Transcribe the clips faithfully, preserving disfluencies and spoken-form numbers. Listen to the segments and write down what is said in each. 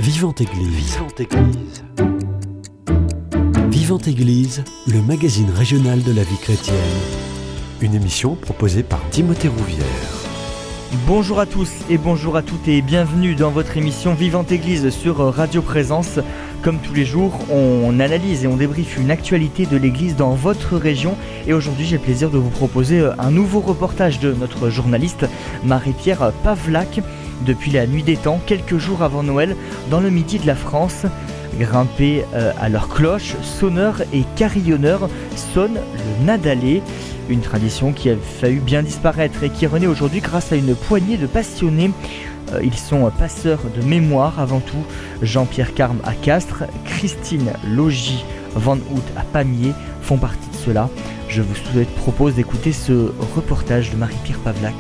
Vivante Église. Vivante Église. Vivante Église, le magazine régional de la vie chrétienne. Une émission proposée par Timothée Rouvière. Bonjour à tous et bonjour à toutes et bienvenue dans votre émission Vivante Église sur Radio Présence. Comme tous les jours, on analyse et on débriefe une actualité de l'Église dans votre région. Et aujourd'hui, j'ai le plaisir de vous proposer un nouveau reportage de notre journaliste Marie-Pierre Pavlac. Depuis la nuit des temps, quelques jours avant Noël, dans le midi de la France, grimpés euh, à leurs cloches, sonneurs et carillonneurs sonnent le nadalé. Une tradition qui a failli bien disparaître et qui renaît aujourd'hui grâce à une poignée de passionnés. Euh, ils sont passeurs de mémoire avant tout. Jean-Pierre Carme à Castres, Christine Logy Van Hout à Pamiers font partie de cela. Je vous souhaite, propose d'écouter ce reportage de Marie-Pierre Pavlac.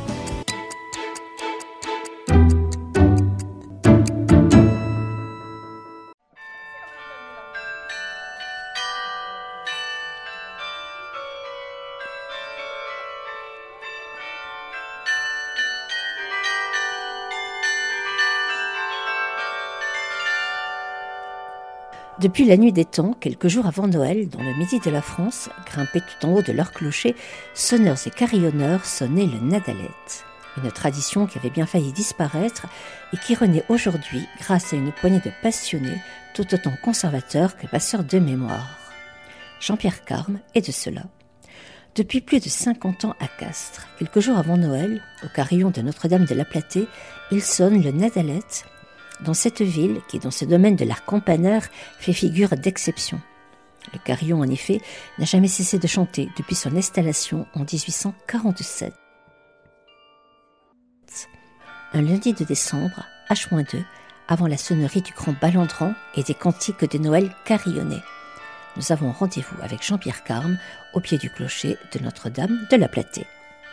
Depuis la nuit des temps, quelques jours avant Noël, dans le midi de la France, grimpés tout en haut de leur clocher, sonneurs et carillonneurs sonnaient le nadalette. Une tradition qui avait bien failli disparaître et qui renaît aujourd'hui grâce à une poignée de passionnés tout autant conservateurs que passeurs de mémoire. Jean-Pierre Carme est de cela. Depuis plus de cinquante ans à Castres, quelques jours avant Noël, au carillon de Notre-Dame de la Platée, il sonne le nadalette dans cette ville qui, dans ce domaine de l'art campanaire, fait figure d'exception. Le carillon, en effet, n'a jamais cessé de chanter depuis son installation en dix-huit cent quarante-sept. Un lundi de décembre, H deux, avant la sonnerie du grand balandran et des cantiques de Noël carillonnés. Nous avons rendez-vous avec Jean-Pierre Carme au pied du clocher de Notre-Dame de la Platée.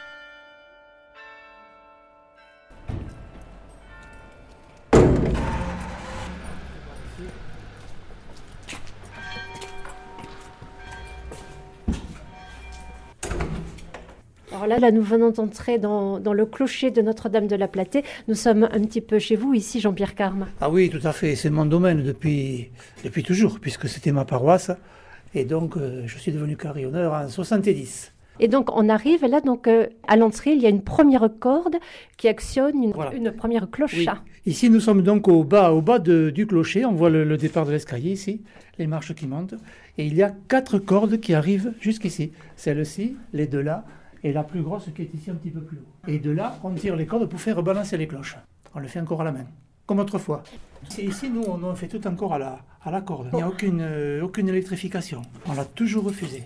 Alors là, là, nous venons d'entrer dans, dans le clocher de Notre-Dame de la Platée. Nous sommes un petit peu chez vous, ici, Jean-Pierre Carme. Ah oui, tout à fait. C'est mon domaine depuis, depuis toujours, puisque c'était ma paroisse. Et donc, euh, je suis devenu carillonneur en soixante-dix. Et donc, on arrive, là, donc, euh, à l'entrée, il y a une première corde qui actionne une, voilà. une première cloche. Oui. Ici, nous sommes donc au bas, au bas de, du clocher. On voit le, le départ de l'escalier ici, les marches qui montent. Et il y a quatre cordes qui arrivent jusqu'ici. Celle-ci, les deux là, et la plus grosse qui est ici un petit peu plus haut. Et de là, on tire les cordes pour faire balancer les cloches. On le fait encore à la main, comme autrefois. Et ici, nous, on fait tout encore à la, à la corde. Il n'y a aucune, euh, aucune électrification. On l'a toujours refusé.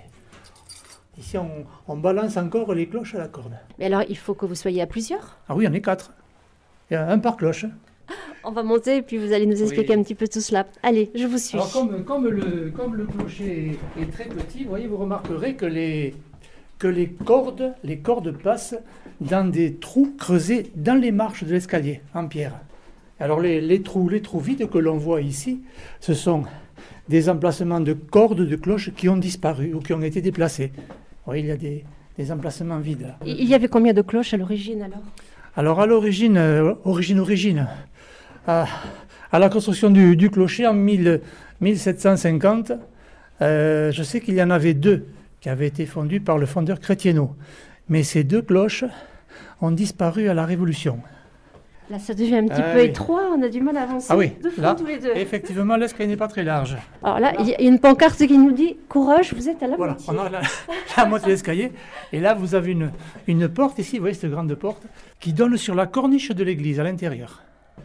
Ici, on, on balance encore les cloches à la corde. Mais alors, il faut que vous soyez à plusieurs ? Ah oui, on est quatre. Il y a un par cloche. On va monter et puis vous allez nous expliquer oui. un petit peu tout cela. Allez, je vous suis. Alors, comme, comme, le, comme le clocher est, est très petit, vous voyez, vous remarquerez que les... que les cordes, les cordes passent dans des trous creusés dans les marches de l'escalier en pierre. Alors les, les trous, les trous vides que l'on voit ici, ce sont des emplacements de cordes de cloches qui ont disparu ou qui ont été déplacés. Vous voyez, il y a des, des emplacements vides. Là. Il y avait combien de cloches à l'origine alors ? Alors à l'origine, euh, origine, origine, à, à la construction du, du clocher en mille, mille sept cent cinquante, euh, je sais qu'il y en avait deux qui avait été fondu par le fondeur Chrétienot. Mais ces deux cloches ont disparu à la Révolution. Là, ça devient un petit ah, peu oui. étroit, on a du mal à avancer ah, oui. de front là, tous les deux. Effectivement, l'escalier n'est pas très large. Alors là, il y a une pancarte qui nous dit « Courage, vous êtes à la voilà, moitié ». On a la, la moitié de l'escalier. Et là, vous avez une, une porte ici, vous voyez cette grande porte, qui donne sur la corniche de l'église à l'intérieur.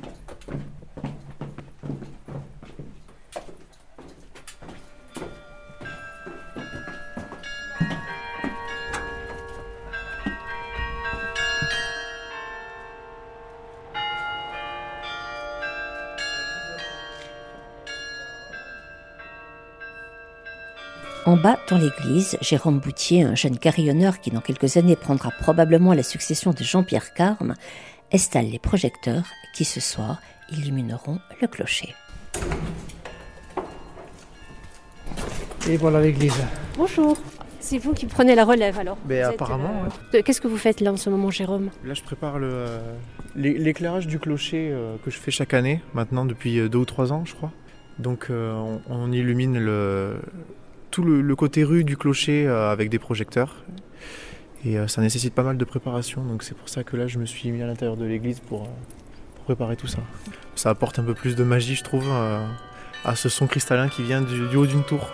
En bas, dans l'église, Jérôme Boutier, un jeune carillonneur qui dans quelques années prendra probablement la succession de Jean-Pierre Carme, installe les projecteurs qui ce soir illumineront le clocher. Et voilà l'église. Bonjour. C'est vous qui prenez la relève alors. Ben, Vous êtes apparemment, le- Qu'est-ce que vous faites là en ce moment, Jérôme? Là, je prépare le, euh, l'é- l'éclairage du clocher euh, que je fais chaque année, maintenant depuis euh, deux ou trois ans, je crois. Donc, euh, on, on illumine le, tout le, le côté rue du clocher euh, avec des projecteurs. Et euh, ça nécessite pas mal de préparation, donc c'est pour ça que là, je me suis mis à l'intérieur de l'église pour, euh, pour préparer tout ça. Ça apporte un peu plus de magie, je trouve, euh, à ce son cristallin qui vient du, du haut d'une tour.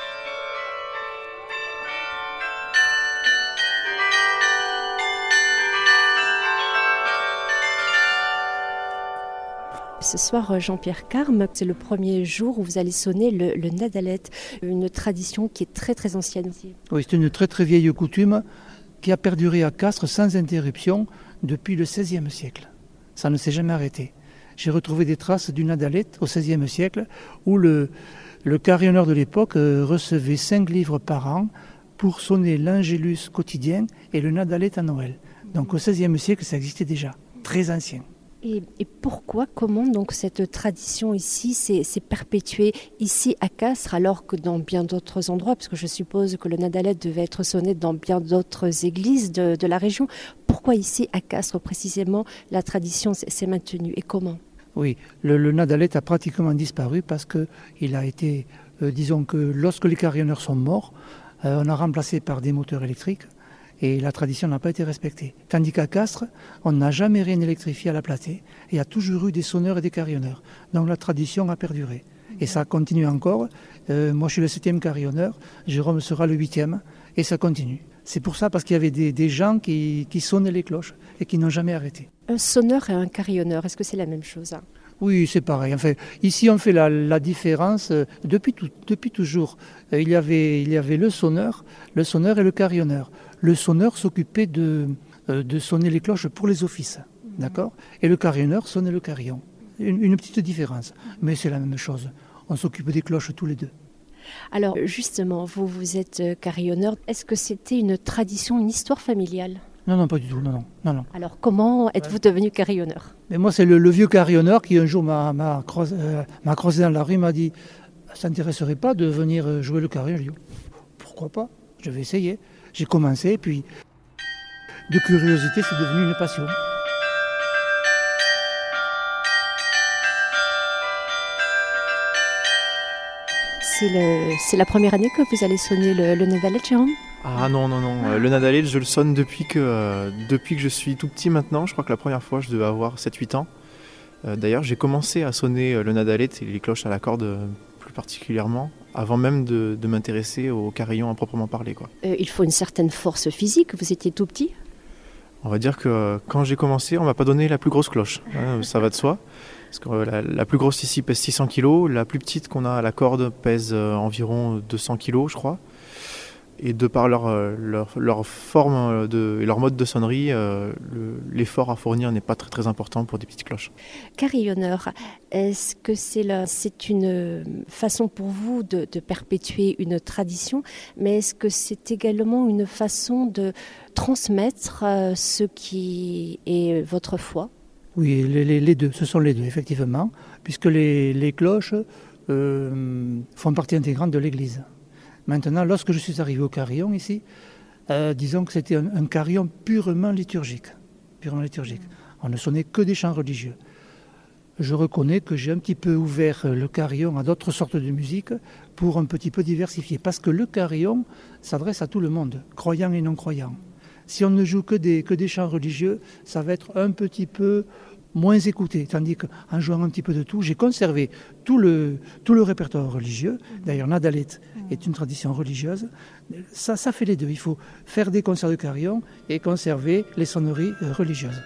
Ce soir, Jean-Pierre Carme, c'est le premier jour où vous allez sonner le, le nadalette, une tradition qui est très très ancienne aussi. Oui, c'est une très très vieille coutume qui a perduré à Castres sans interruption depuis le seizième siècle. Ça ne s'est jamais arrêté. J'ai retrouvé des traces du nadalette au seizième siècle où le, le carillonneur de l'époque recevait cinq livres par an pour sonner l'Angélus quotidien et le nadalette à Noël. Donc au seizième siècle, ça existait déjà, très ancien. Et, et pourquoi, comment donc cette tradition ici s'est, s'est perpétuée ici à Castres alors que dans bien d'autres endroits, parce que je suppose que le nadalette devait être sonné dans bien d'autres églises de, de la région. Pourquoi ici à Castres précisément la tradition s'est, s'est maintenue et comment? Oui, le, le nadalette a pratiquement disparu parce qu'il a été, euh, disons que lorsque les carillonneurs sont morts, euh, on a remplacé par des moteurs électriques. Et la tradition n'a pas été respectée. Tandis qu'à Castres, on n'a jamais rien électrifié à la platée. Il y a toujours eu des sonneurs et des carillonneurs. Donc la tradition a perduré. Et ça continue encore. Euh, moi, je suis le septième carillonneur. Jérôme sera le huitième. Et ça continue. C'est pour ça, parce qu'il y avait des, des gens qui, qui sonnaient les cloches et qui n'ont jamais arrêté. Un sonneur et un carillonneur, est-ce que c'est la même chose? Oui, c'est pareil. Enfin, ici, on fait la, la différence. Euh, depuis, tout, depuis toujours, euh, il, y avait, il y avait le sonneur, le sonneur et le carillonneur. Le sonneur s'occupait de, euh, de sonner les cloches pour les offices, d'accord ? Et le carillonneur sonnait le carillon. Une, une petite différence, mais c'est la même chose. On s'occupe des cloches tous les deux. Alors justement, vous, vous êtes carillonneur. Est-ce que c'était une tradition, une histoire familiale? Non, non, pas du tout. Non, non, non, non. Alors comment êtes-vous ouais. devenu carillonneur? Mais moi, c'est le, le vieux carillonneur qui un jour m'a, m'a, croisé, euh, m'a croisé dans la rue, m'a dit « Ça t'intéresserait pas de venir jouer le carillon ?» Je lui ai dit « Pourquoi pas? Je vais essayer. » J'ai commencé, puis de curiosité, c'est devenu une passion. C'est, le, c'est la première année que vous allez sonner le, le nadalette, Jérôme? Ah non, non, non. Ah. Le nadalette, je le sonne depuis que, euh, depuis que je suis tout petit maintenant. Je crois que la première fois, je devais avoir sept huit ans. Euh, d'ailleurs, j'ai commencé à sonner le nadalette et les cloches à la corde euh, plus particulièrement, avant même de, de m'intéresser au carillon à proprement parler, quoi. Euh, il faut une certaine force physique, vous étiez tout petit? On va dire que euh, quand j'ai commencé, on ne m'a pas donné la plus grosse cloche, hein, ça va de soi. Parce que euh, la, la plus grosse ici pèse six cents kilos, la plus petite qu'on a à la corde pèse euh, environ deux cents kilos, je crois. Et de par leur, leur, leur forme de, et leur mode de sonnerie, euh, le, l'effort à fournir n'est pas très, très important pour des petites cloches. Carillonneur, est-ce que c'est, la, c'est une façon pour vous de, de perpétuer une tradition, mais est-ce que c'est également une façon de transmettre euh, ce qui est votre foi? Oui, les, les, les deux, ce sont les deux, effectivement, puisque les, les cloches euh, font partie intégrante de l'Église. Maintenant, lorsque je suis arrivé au carillon ici, euh, disons que c'était un, un carillon purement liturgique, purement liturgique. On ne sonnait que des chants religieux. Je reconnais que j'ai un petit peu ouvert le carillon à d'autres sortes de musique pour un petit peu diversifier, parce que le carillon s'adresse à tout le monde, croyants et non-croyants. Si on ne joue que des, que des chants religieux, ça va être un petit peu moins écouté, tandis qu'en jouant un petit peu de tout, j'ai conservé tout le, tout le répertoire religieux. D'ailleurs, nadalette est une tradition religieuse. Ça, ça fait les deux. Il faut faire des concerts de carillon et conserver les sonneries religieuses.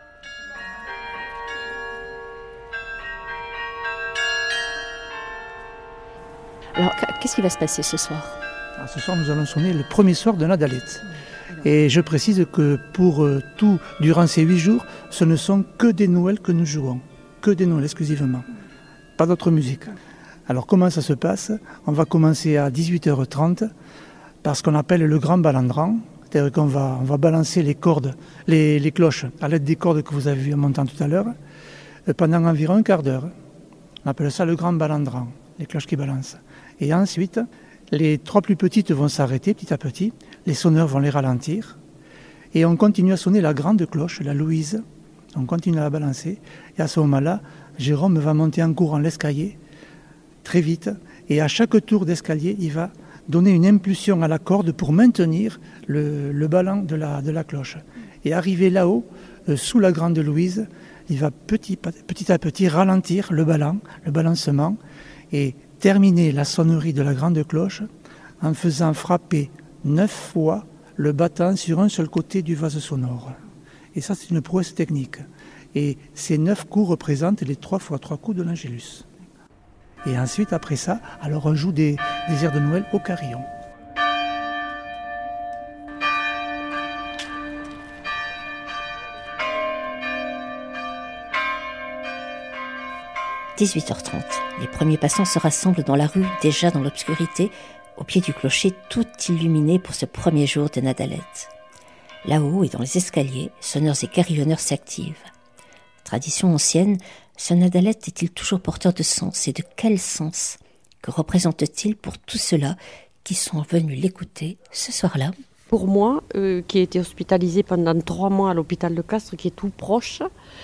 Alors, qu'est-ce qui va se passer ce soir? Alors, ce soir, nous allons sonner le premier soir de nadalette. Et je précise que pour euh, tout, durant ces huit jours, ce ne sont que des Noëls que nous jouons. Que des Noëls exclusivement. Pas d'autre musique. Alors comment ça se passe? On va commencer à dix-huit heures trente par ce qu'on appelle le grand balandran. C'est-à-dire qu'on va, on va balancer les cordes, les, les cloches à l'aide des cordes que vous avez vues en montant tout à l'heure, pendant environ un quart d'heure. On appelle ça le grand balandran, les cloches qui balancent. Et ensuite, Les trois plus petites vont s'arrêter petit à petit, les sonneurs vont les ralentir, et on continue à sonner la grande cloche, la Louise, on continue à la balancer, et à ce moment-là, Jérôme va monter en courant l'escalier, très vite, et à chaque tour d'escalier, il va donner une impulsion à la corde pour maintenir le, le ballon de la, de la cloche. Et arrivé là-haut, euh, sous la grande Louise, il va petit, petit à petit ralentir le ballon, le balancement, et terminer la sonnerie de la grande cloche en faisant frapper neuf fois le battant sur un seul côté du vase sonore. Et ça, c'est une prouesse technique. Et ces neuf coups représentent les trois fois trois coups de l'Angélus. Et ensuite, après ça, alors on joue des, des airs de Noël au carillon. dix-huit heures trente. Les premiers passants se rassemblent dans la rue, déjà dans l'obscurité, au pied du clocher, tout illuminé pour ce premier jour de Nadalette. Là-haut et dans les escaliers, sonneurs et carillonneurs s'activent. Tradition ancienne, ce Nadalette est-il toujours porteur de sens, et de quel sens? Que représente-t-il pour tous ceux-là qui sont venus l'écouter ce soir-là? Pour moi, euh, qui ai été hospitalisée pendant trois mois à l'hôpital de Castres, qui est tout proche,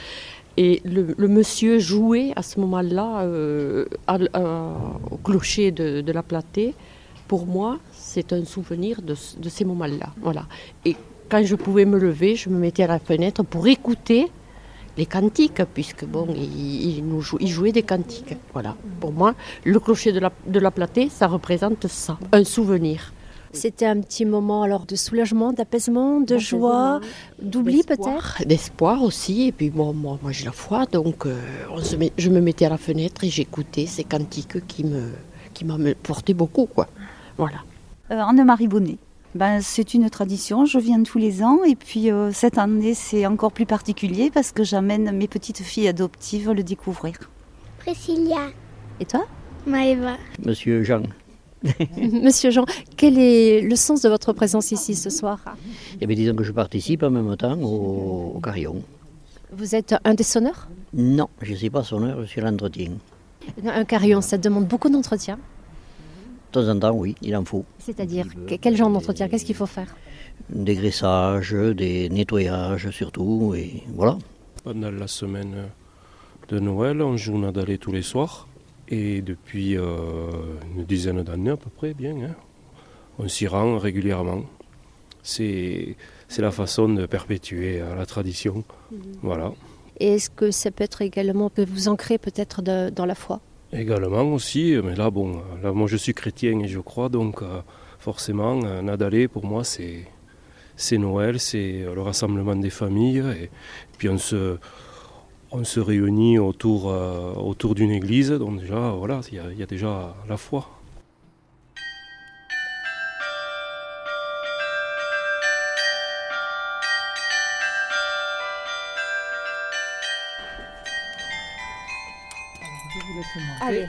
et le, le monsieur jouait à ce moment-là euh, à, à, au clocher de, de la Platée. Pour moi, c'est un souvenir de, de ces moments-là. Voilà. Et quand je pouvais me lever, je me mettais à la fenêtre pour écouter les cantiques, puisque bon, il, il, nous jou, il jouait des cantiques. Voilà. Pour moi, le clocher de la, de la Platée, ça représente ça, un souvenir. C'était un petit moment alors de soulagement, d'apaisement, de joie, d'oubli peut-être. D'espoir aussi. Et puis bon, moi, moi j'ai la foi, donc euh, on se met, je me mettais à la fenêtre et j'écoutais ces cantiques qui me, qui m'apportaient beaucoup, quoi. Voilà. Euh, Anne-Marie Bonnet. Ben, c'est une tradition, je viens tous les ans et puis euh, cette année c'est encore plus particulier parce que j'amène mes petites filles adoptives le découvrir. Priscilla. Et toi? Maëva. Monsieur Jean. Monsieur Jean, quel est le sens de votre présence ici ce soir? Eh bien, disons que je participe en même temps au, au carillon. Vous êtes un des sonneurs? Non, je ne suis pas sonneur, je suis à l'entretien. Un carillon, ça demande beaucoup d'entretien? De temps en temps, oui, il en faut. C'est-à-dire, quel genre d'entretien? Qu'est-ce qu'il faut faire? Des graissages, des nettoyages surtout, et voilà. Pendant la semaine de Noël, on joue Nadalé tous les soirs. Et depuis euh, une dizaine d'années à peu près, bien, hein, on s'y rend régulièrement. C'est, c'est la façon de perpétuer euh, la tradition. Mmh. Voilà. Et est-ce que ça peut être également, peut vous ancrer peut-être de, dans la foi? Également aussi, mais là, bon, là, moi je suis chrétien et je crois, donc euh, forcément, euh, Nadalé pour moi c'est, c'est Noël, c'est le rassemblement des familles, et, et puis on se... On se réunit autour, euh, autour d'une église, donc déjà, voilà, il y, y a déjà la foi. Allez.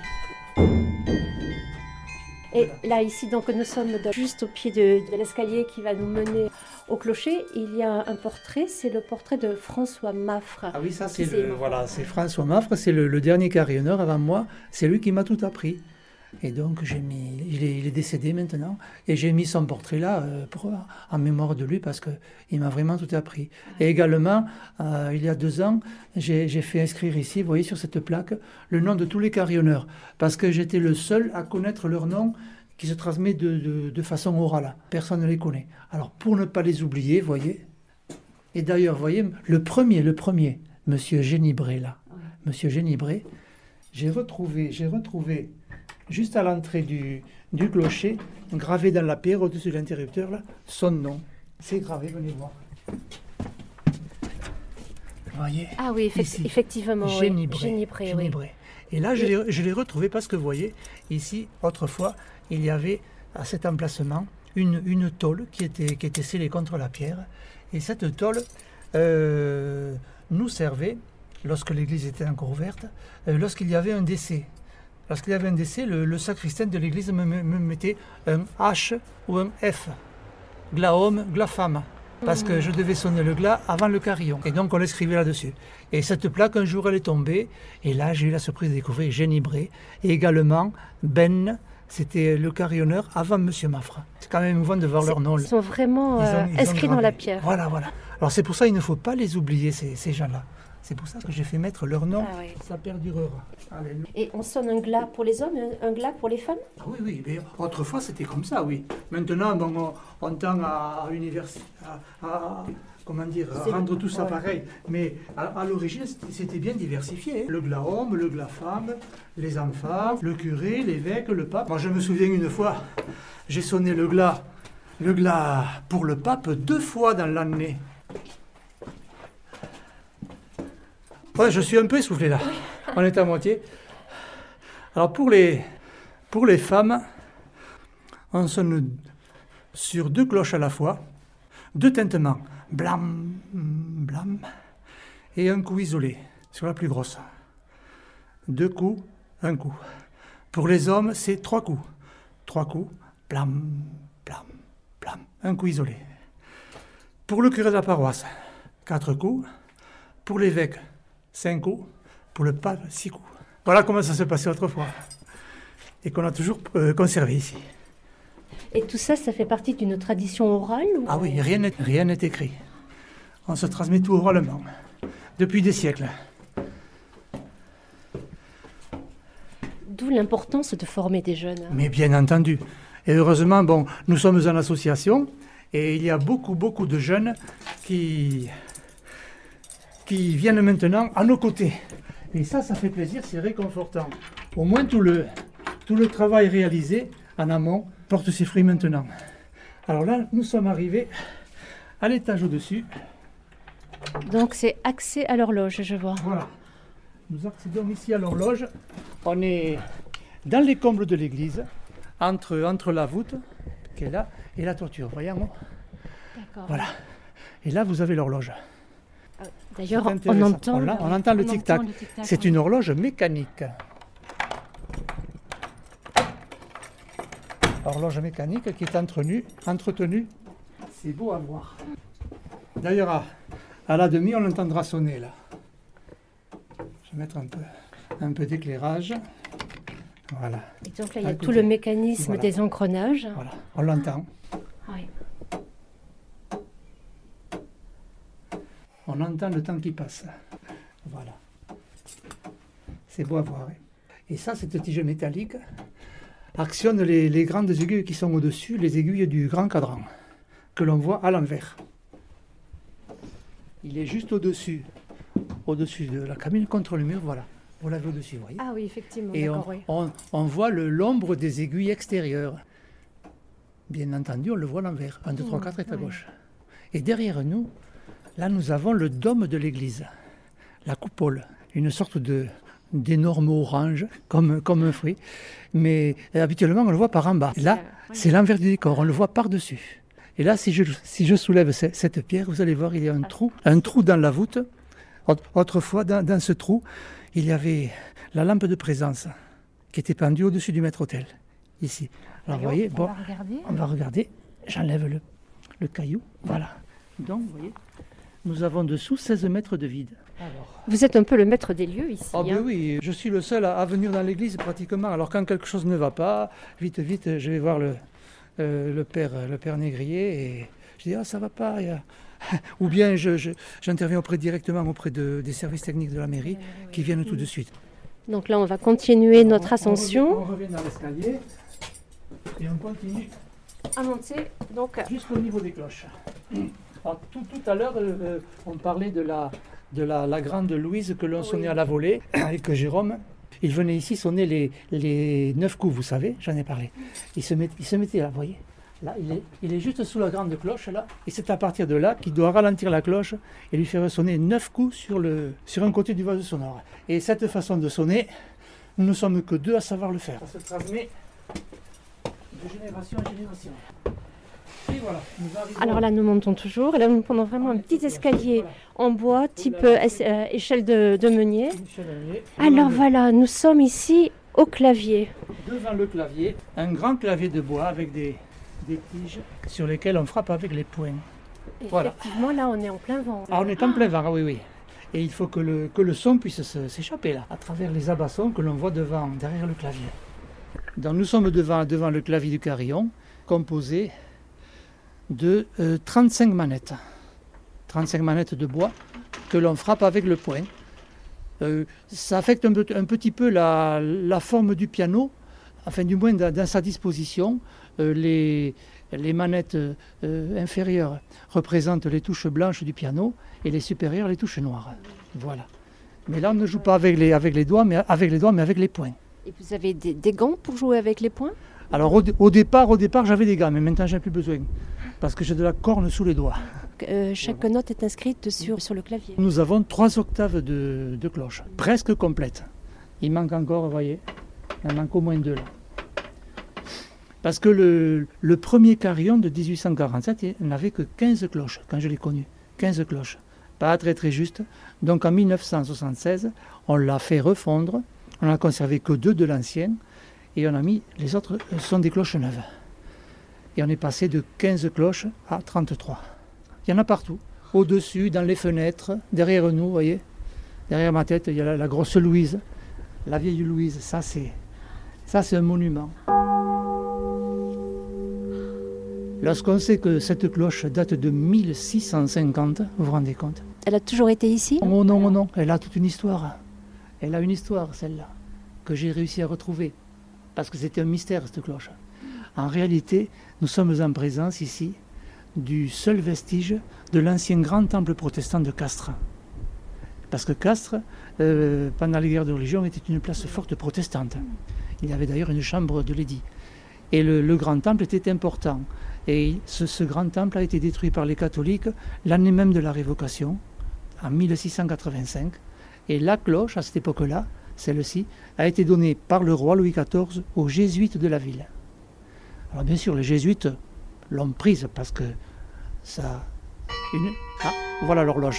Et là, ici, donc, nous sommes juste au pied de, de l'escalier qui va nous mener au clocher. Il y a un portrait, c'est le portrait de François Maffre. Ah oui, ça, c'est, le, voilà, c'est François Maffre, c'est le, le dernier carillonneur avant moi. C'est lui qui m'a tout appris. Et donc, j'ai mis, il, est, il est décédé maintenant. Et j'ai mis son portrait là euh, pour, en mémoire de lui parce qu'il m'a vraiment tout appris. Et également, euh, il y a deux ans, j'ai, j'ai fait inscrire ici, vous voyez, sur cette plaque, le nom de tous les carillonneurs. Parce que j'étais le seul à connaître leur nom qui se transmet de, de, de façon orale. Personne ne les connaît. Alors, pour ne pas les oublier, vous voyez, et d'ailleurs, vous voyez, le premier, le premier, Monsieur Génibré, là, Monsieur Génibré, j'ai retrouvé, j'ai retrouvé, juste à l'entrée du, du clocher, gravé dans la pierre au-dessus de l'interrupteur, là, son nom. C'est gravé, venez voir. Vous voyez? Ah oui, effect- ici, effectivement. Génibré. Oui. Génibré, Génibré. Oui. Et là, je l'ai, je l'ai retrouvé parce que, vous voyez, ici, autrefois, il y avait à cet emplacement une, une tôle qui était, qui était scellée contre la pierre. Et cette tôle euh, nous servait, lorsque l'église était encore ouverte, euh, lorsqu'il y avait un décès. Lorsqu'il y avait un décès, le, le sacristain de l'église me, me, me mettait un H ou un F. Gla homme, gla femme. Parce que je devais sonner le glas avant le carillon. Et donc on l'écrivait là-dessus. Et cette plaque, un jour, elle est tombée. Et là, j'ai eu la surprise de découvrir Génibré. Et également Ben c'était le carillonneur avant Monsieur Maffre. C'est quand même émouvant de voir leur nom. Ils sont vraiment Ils euh, ont- ils ont inscrits dans gravé. la pierre. Voilà, voilà. Alors c'est pour ça qu'il ne faut pas les oublier, ces, ces gens-là. C'est pour ça que j'ai fait mettre leur nom, Ah oui. ça perdurera. Alléluia. Et on sonne un glas pour les hommes, un glas pour les femmes? Ah oui, oui, mais autrefois c'était comme ça, oui. Maintenant, bon, on, on tend à, universi- à, à- comment dire, à C'est- rendre tout ça ouais. pareil. Mais à, à l'origine, c'était- c'était bien diversifié. hein. Le glas homme, le glas femme, les enfants, le curé, l'évêque, le pape. Moi, je me souviens une fois, j'ai sonné le glas, le glas pour le pape deux fois dans l'année. Ouais, je suis un peu essoufflé là. On est à moitié. Alors pour les, pour les femmes, on sonne sur deux cloches à la fois, deux tintements, blam, blam, et un coup isolé sur la plus grosse. Deux coups, un coup. Pour les hommes, c'est trois coups. Trois coups, blam, blam, blam, un coup isolé. Pour le curé de la paroisse, quatre coups. Pour l'évêque, cinq coups. Pour le pape, six coups. Voilà comment ça s'est passé autrefois. Et qu'on a toujours euh, conservé ici. Et tout ça, ça fait partie d'une tradition orale ou... Ah oui, rien n'est, rien n'est écrit. On se transmet tout oralement. Depuis des siècles. D'où l'importance de former des jeunes. Mais bien entendu. Et heureusement, bon, nous sommes en association et il y a beaucoup, beaucoup de jeunes qui, qui viennent maintenant à nos côtés. Et ça, ça fait plaisir, c'est réconfortant. Au moins tout le, tout le travail réalisé en amont porte ses fruits maintenant. Alors là, nous sommes arrivés à l'étage au-dessus. Donc c'est accès à l'horloge, je vois. Voilà. Nous accédons ici à l'horloge. On est dans les combles de l'église, entre, entre la voûte, qui est là, et la toiture. Voyez en haut. D'accord. Voilà. Et là, vous avez l'horloge. D'ailleurs, C'est on intéressant. entend, On, l'a- le- on entend le on tic-tac. entend le tic-tac, C'est oui. une horloge mécanique. Horloge mécanique qui est entretenue. entretenue. C'est beau à voir. D'ailleurs, à, à la demi, on l'entendra sonner là. Je vais mettre un peu, un peu d'éclairage. Voilà. Et donc là, il y a À tout côté. le mécanisme Voilà. des engrenages. Voilà, on l'entend. Oui. On entend le temps qui passe. Voilà. C'est beau à voir. hein. Et ça, cette tige métallique actionne les, les grandes aiguilles qui sont au-dessus, les aiguilles du grand cadran, que l'on voit à l'envers. Il est juste au-dessus, au-dessus de la cabine, contre le mur, voilà. Vous l'avez au-dessus, vous voyez. Ah oui, effectivement, Et on, d'accord, oui. on- on voit le- l'ombre des aiguilles extérieures. Bien entendu, on le voit à l'envers. un, deux, trois, quatre est à ouais. gauche. Et derrière nous, là, nous avons le dôme de l'église, la coupole, une sorte de d'énorme orange, comme, comme un fruit. Mais euh, habituellement, on le voit par en bas. Là, c'est l'envers du décor, on le voit par-dessus. Et là, si je, si je soulève ce- cette pierre, vous allez voir, il y a un trou, un trou dans la voûte. Aut- Autrefois, dans, dans ce trou, il y avait la lampe de présence qui était pendue au-dessus du maître-autel, ici. Alors, vous voyez, on bon, va regarder. on va regarder. J'enlève le, le caillou. Voilà. Donc, vous voyez, nous avons dessous seize mètres de vide. Alors, Vous êtes un peu le maître des lieux ici. oh ben hein. oui, je suis le seul à, à venir dans l'église pratiquement. Alors quand quelque chose ne va pas, vite, vite, je vais voir le, euh, le père, le père Négrier et je dis ah ça va pas. il y a- Ou bien je, je- j'interviens auprès directement auprès de- des services techniques de la mairie qui viennent tout de suite. Donc là, on va continuer notre On- ascension. On revient, on revient dans l'escalier et on continue À monter, donc. jusqu'au niveau des cloches. Alors, tout, tout à l'heure, euh, on parlait de la, de la, la grande Louise que l'on sonnait à la volée, et que Jérôme, il venait ici sonner les, les neuf coups, vous savez, j'en ai parlé. Il se, met, il se mettait là, vous voyez, là, il est, il est juste sous la grande cloche, là, et c'est à partir de là qu'il doit ralentir la cloche et lui faire sonner neuf coups sur, le, sur un côté du vase sonore. Et cette façon de sonner, nous ne sommes que deux à savoir le faire. Ça se transmet de génération en génération. Et voilà, nous arrivons- Alors là, nous montons toujours. Et là, nous prenons vraiment un petit escalier en bois, type euh, es- euh, échelle de, de meunier. Alors voilà, nous sommes ici au clavier. Devant le clavier, un grand clavier de bois avec des, des tiges sur lesquelles on frappe avec les poings. Voilà. Effectivement, là, on est en plein vent. Ah, on est en plein vent, ah oui, oui. Et il faut que le, que le son puisse se- s'échapper là, à travers les abassons que l'on voit devant, derrière le clavier. Donc nous sommes devant, devant le clavier du carillon, composé de euh, trente-cinq manettes. trente-cinq manettes de bois que l'on frappe avec le poing. Euh, ça affecte un, un petit peu la, la forme du piano, enfin du moins dans, dans sa disposition. Euh, les, les manettes euh, inférieures représentent les touches blanches du piano et les supérieures les touches noires. Voilà. Mais là on ne joue pas avec les, avec les doigts, mais avec les doigts, mais avec les poings. Et vous avez des, des gants pour jouer avec les poings? Alors au, au départ, au départ j'avais des gants, mais maintenant j'ai plus besoin parce que j'ai de la corne sous les doigts. Euh, chaque note est inscrite sur, sur le clavier. Nous avons trois octaves de, de cloche, presque complètes. Il manque encore, vous voyez, il en manque au moins deux là. Parce que le, le premier carillon de dix-huit cent quarante-sept n'avait que quinze cloches quand je l'ai connu. quinze cloches, pas très très juste. Donc en mille neuf cent soixante-seize, on l'a fait refondre. On n'a conservé que deux de l'ancien et on a mis, les autres sont des cloches neuves. Et on est passé de quinze cloches à trente-trois. Il y en a partout, au-dessus, dans les fenêtres, derrière nous, vous voyez. Derrière ma tête, il y a la, la grosse Louise, la vieille Louise, ça c'est, ça c'est un monument. Lorsqu'on sait que cette cloche date de mille six cent cinquante, vous vous rendez compte? Elle a toujours été ici? Oh non, oh non, elle a toute une histoire. Elle a une histoire, celle-là, que j'ai réussi à retrouver. Parce que c'était un mystère, cette cloche. En réalité, nous sommes en présence ici du seul vestige de l'ancien grand temple protestant de Castres. Parce que Castres, euh, pendant les guerres de religion, était une place forte protestante. Il y avait d'ailleurs une chambre de l'édit. Et le, le grand temple était important. Et ce, ce grand temple a été détruit par les catholiques l'année même de la Révocation, en mille six cent quatre-vingt-cinq. Et la cloche, à cette époque-là, celle-ci, a été donnée par le roi Louis quatorze aux jésuites de la ville. Alors bien sûr, les jésuites l'ont prise parce que ça... Une... Ah, voilà l'horloge.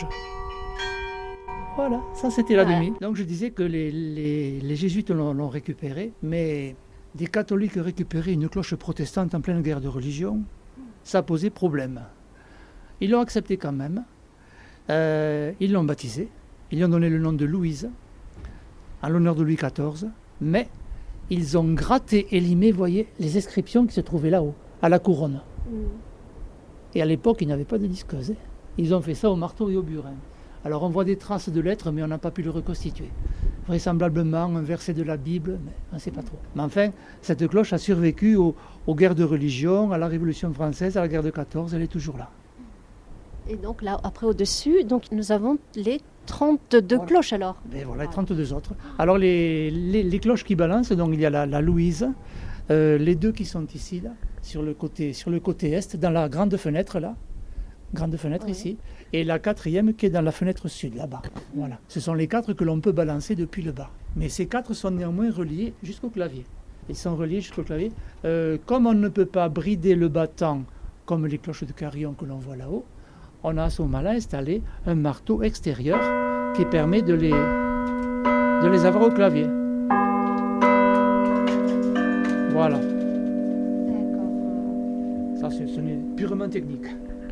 Voilà, ça c'était la demi. Donc je disais que les, les, les jésuites l'ont, l'ont récupérée, mais des catholiques récupérer une cloche protestante en pleine guerre de religion, ça posait problème. Ils l'ont accepté quand même, euh, ils l'ont baptisée, ils lui ont donné le nom de Louise, en l'honneur de Louis quatorze, mais ils ont gratté et limé, vous voyez, les inscriptions qui se trouvaient là-haut, à la couronne. Mmh. Et à l'époque, ils n'avaient pas de disqueuse. Ils ont fait ça au marteau et au burin. Alors on voit des traces de lettres, mais on n'a pas pu le reconstituer. Vraisemblablement un verset de la Bible, mais on ne sait pas trop. Mais enfin, cette cloche a survécu aux, aux guerres de religion, à la Révolution française, à la guerre de quatorze, elle est toujours là. Et donc là, après au-dessus, donc nous avons les trente-deux voilà. Cloches alors. Et voilà, les trente-deux autres. Alors les, les, les cloches qui balancent, donc il y a la, la Louise, euh, les deux qui sont ici, là, sur le côté, sur le côté est, dans la grande fenêtre là, grande fenêtre ouais. Ici, et la quatrième qui est dans la fenêtre sud, là-bas. Voilà. Ce sont les quatre que l'on peut balancer depuis le bas. Mais ces quatre sont néanmoins reliés jusqu'au clavier. Ils sont reliés jusqu'au clavier. Euh, comme on ne peut pas brider le battant comme les cloches de carillon que l'on voit là-haut, on a à ce moment-là installé un marteau extérieur qui permet de les, de les avoir au clavier. Voilà. D'accord. Ça, c'est, ce n'est purement technique.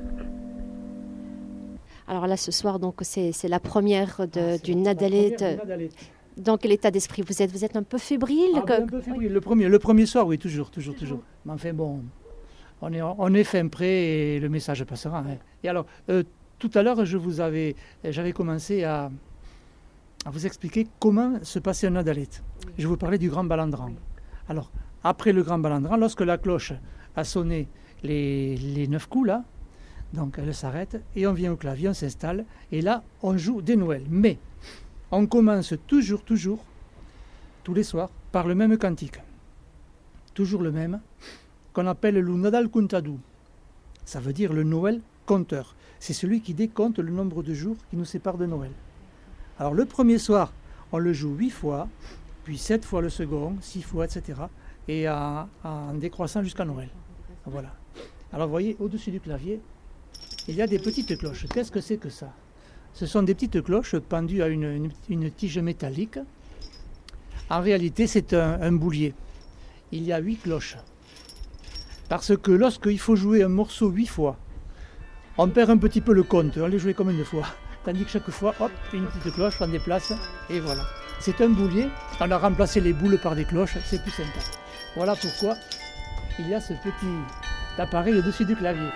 Alors là, ce soir, donc, c'est, c'est la première de, ah, du Nadalette. Dans quel état d'esprit vous êtes? Vous êtes un peu fébrile? Ah, que... Un peu fébrile. Oui. Le, premier, le premier soir, oui, toujours, toujours, toujours. Mais enfin, bon... On est, on est fin prêt et le message passera. Hein. Et alors, euh, tout à l'heure, je vous avais, j'avais commencé à, à vous expliquer comment se passait un Nadalette. Je vous parlais du grand balandran. Alors, après le grand balandran, lorsque la cloche a sonné les, les neuf coups, là, donc elle s'arrête et on vient au clavier, on s'installe et là, on joue des Noëls. Mais on commence toujours, toujours, tous les soirs, par le même cantique. Toujours le même, qu'on appelle le Nadal Contadou. Ça veut dire le Noël compteur. C'est celui qui décompte le nombre de jours qui nous séparent de Noël. Alors le premier soir, on le joue huit fois, puis sept fois le second, six fois, et cetera. Et en, en décroissant jusqu'à Noël. Voilà. Alors vous voyez, au-dessus du clavier, il y a des petites cloches. Qu'est-ce que c'est que ça? Ce sont des petites cloches pendues à une, une, une tige métallique. En réalité, c'est un, un boulier. Il y a huit cloches. Parce que lorsqu'il faut jouer un morceau huit fois, on perd un petit peu le compte, on les jouait comme une fois. Tandis que chaque fois, hop, une petite cloche, on déplace, et voilà. C'est un boulier, on a remplacé les boules par des cloches, c'est plus sympa. Voilà pourquoi il y a ce petit appareil au-dessus du clavier.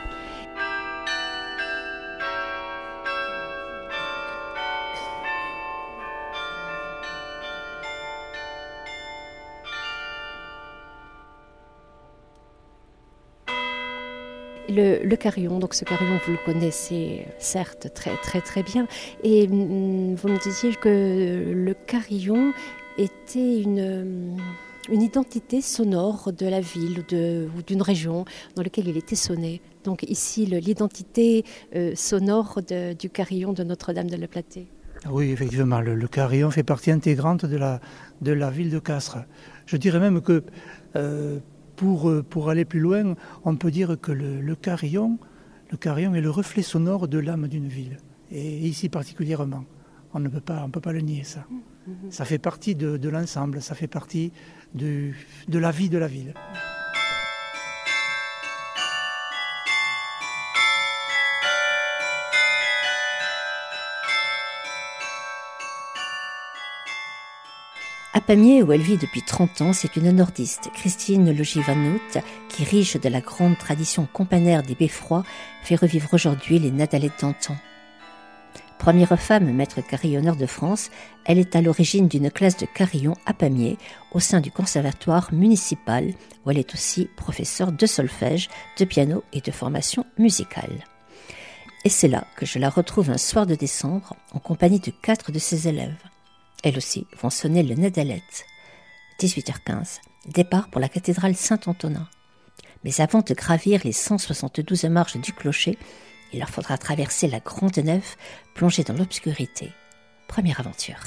Le, le carillon, donc ce carillon, vous le connaissez certes très très très bien. Et mm, vous me disiez que le carillon était une, une identité sonore de la ville de, ou d'une région dans laquelle il était sonné. Donc ici, le, l'identité euh, sonore de, du carillon de Notre-Dame de la Platée. Oui, effectivement, le, le carillon fait partie intégrante de la, de la ville de Castres. Je dirais même que... Euh, Pour, pour aller plus loin, on peut dire que le, le, carillon, le carillon est le reflet sonore de l'âme d'une ville. Et ici particulièrement, on ne peut pas, on peut pas le nier ça. Mm-hmm. Ça fait partie de, de l'ensemble, ça fait partie de, de la vie de la ville. À Pamiers, où elle vit depuis trente ans, c'est une nordiste, Christine Logivanout, qui, riche de la grande tradition campanaire des beffrois, fait revivre aujourd'hui les nadalettes d'antan. Première femme maître carillonneur de France, elle est à l'origine d'une classe de carillon à Pamiers, au sein du conservatoire municipal, où elle est aussi professeure de solfège, de piano et de formation musicale. Et c'est là que je la retrouve un soir de décembre, en compagnie de quatre de ses élèves. Elles aussi vont sonner le nadalette. dix-huit heures quinze, départ pour la cathédrale Saint-Antonin. Mais avant de gravir les cent soixante-douze marches du clocher, il leur faudra traverser la grande nef plongée dans l'obscurité. Première aventure.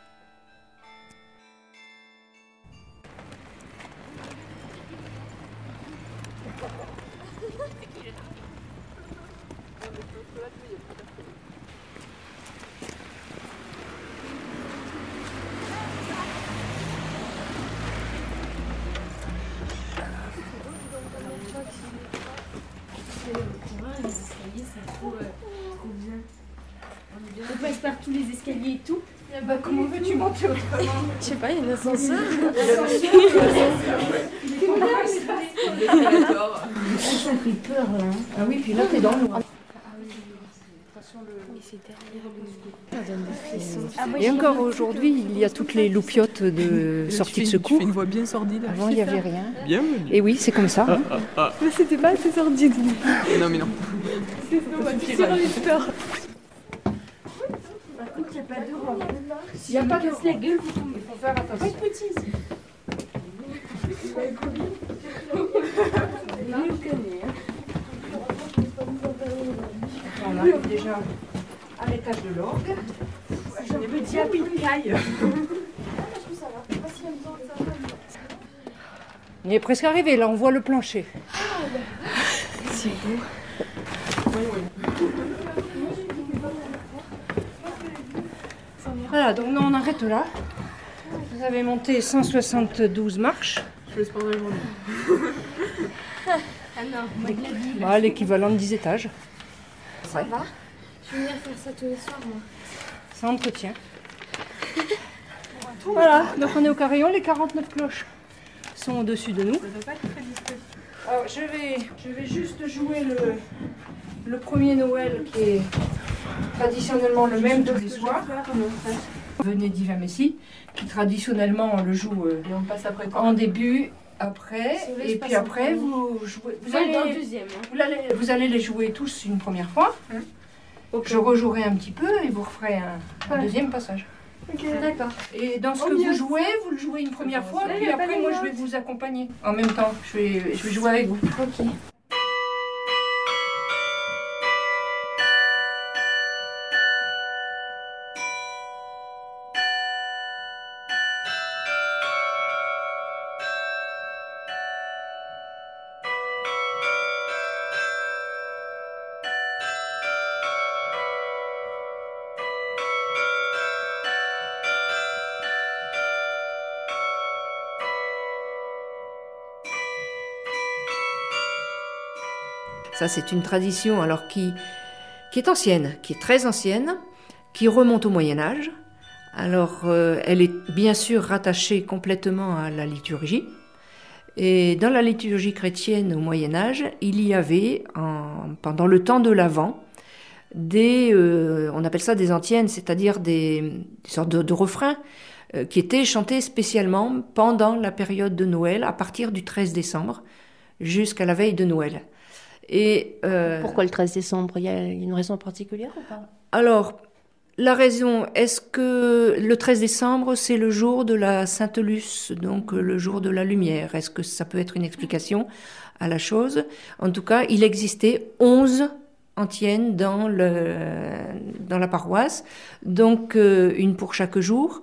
On passe par tous les escaliers et tout. Bah, comment veux-tu monter autrement? Je sais pas, il y a un ascenseur. Ça fait peur là. Ah oui, puis là t'es dans le noir. Et encore aujourd'hui, il y a toutes les loupiottes de sortie de secours. Une voix bien sordide. Avant, il n'y avait rien. Bien. Et oui, c'est comme ça. Hein. Ah, ah, ah. Mais c'était pas assez sordide. Non, mais non. C'est peur. Il n'y a pas de la gueule, vous tombez. Il faut faire attention. Pas de petits. On arrive déjà à l'étage de l'orgue. J'en ai petit habit de caille. On est presque arrivé, là on voit le plancher. C'est beau. Voilà, donc nous on arrête là. Vous avez monté cent soixante-douze marches. Je laisse pendant la journée. Ah non, moi de la ville. Bah, l'équivalent de dix étages. Ça va? Je vais venir faire ça tous les soirs, moi. Ça entretient. Voilà, donc on est au carillon, les quarante-neuf cloches sont au-dessus de nous. Ça doit pas être très discret. Alors, je vais, je vais juste jouer le, le premier Noël qui est traditionnellement le même tous les soirs. Venez d'Yves Messi, qui traditionnellement on le joue euh, Et on passe après en début, après, et puis après vous jouez. Vous allez, dans le deuxième. Hein. vous, allez, vous allez les jouer tous une première fois. Hum. Okay. Je rejouerai un petit peu et vous referez un, un ouais. deuxième passage. Ok, d'accord. Et dans ce Au que mieux. vous jouez, vous le jouez une première fois, Ouais, puis après moi je vais vous accompagner en même temps. Je vais, je vais jouer avec vous. Ok. Ça, c'est une tradition alors qui, qui est ancienne, qui est très ancienne, qui remonte au Moyen-Âge. Alors, euh, elle est bien sûr rattachée complètement à la liturgie. Et dans la liturgie chrétienne au Moyen-Âge, il y avait, en, pendant le temps de l'Avent, des, euh, on appelle ça des antiennes, c'est-à-dire des, des sortes de, de refrains euh, qui étaient chantés spécialement pendant la période de Noël, à partir du treize décembre jusqu'à la veille de Noël. Et, euh, Pourquoi le treize décembre? Il y a une raison particulière ou pas? Alors, la raison, est-ce que le treize décembre, c'est le jour de la Sainte-Luce, donc le jour de la lumière? Est-ce que ça peut être une explication à la chose? En tout cas, il existait onze antiennes dans, le, dans la paroisse, donc euh, une pour chaque jour.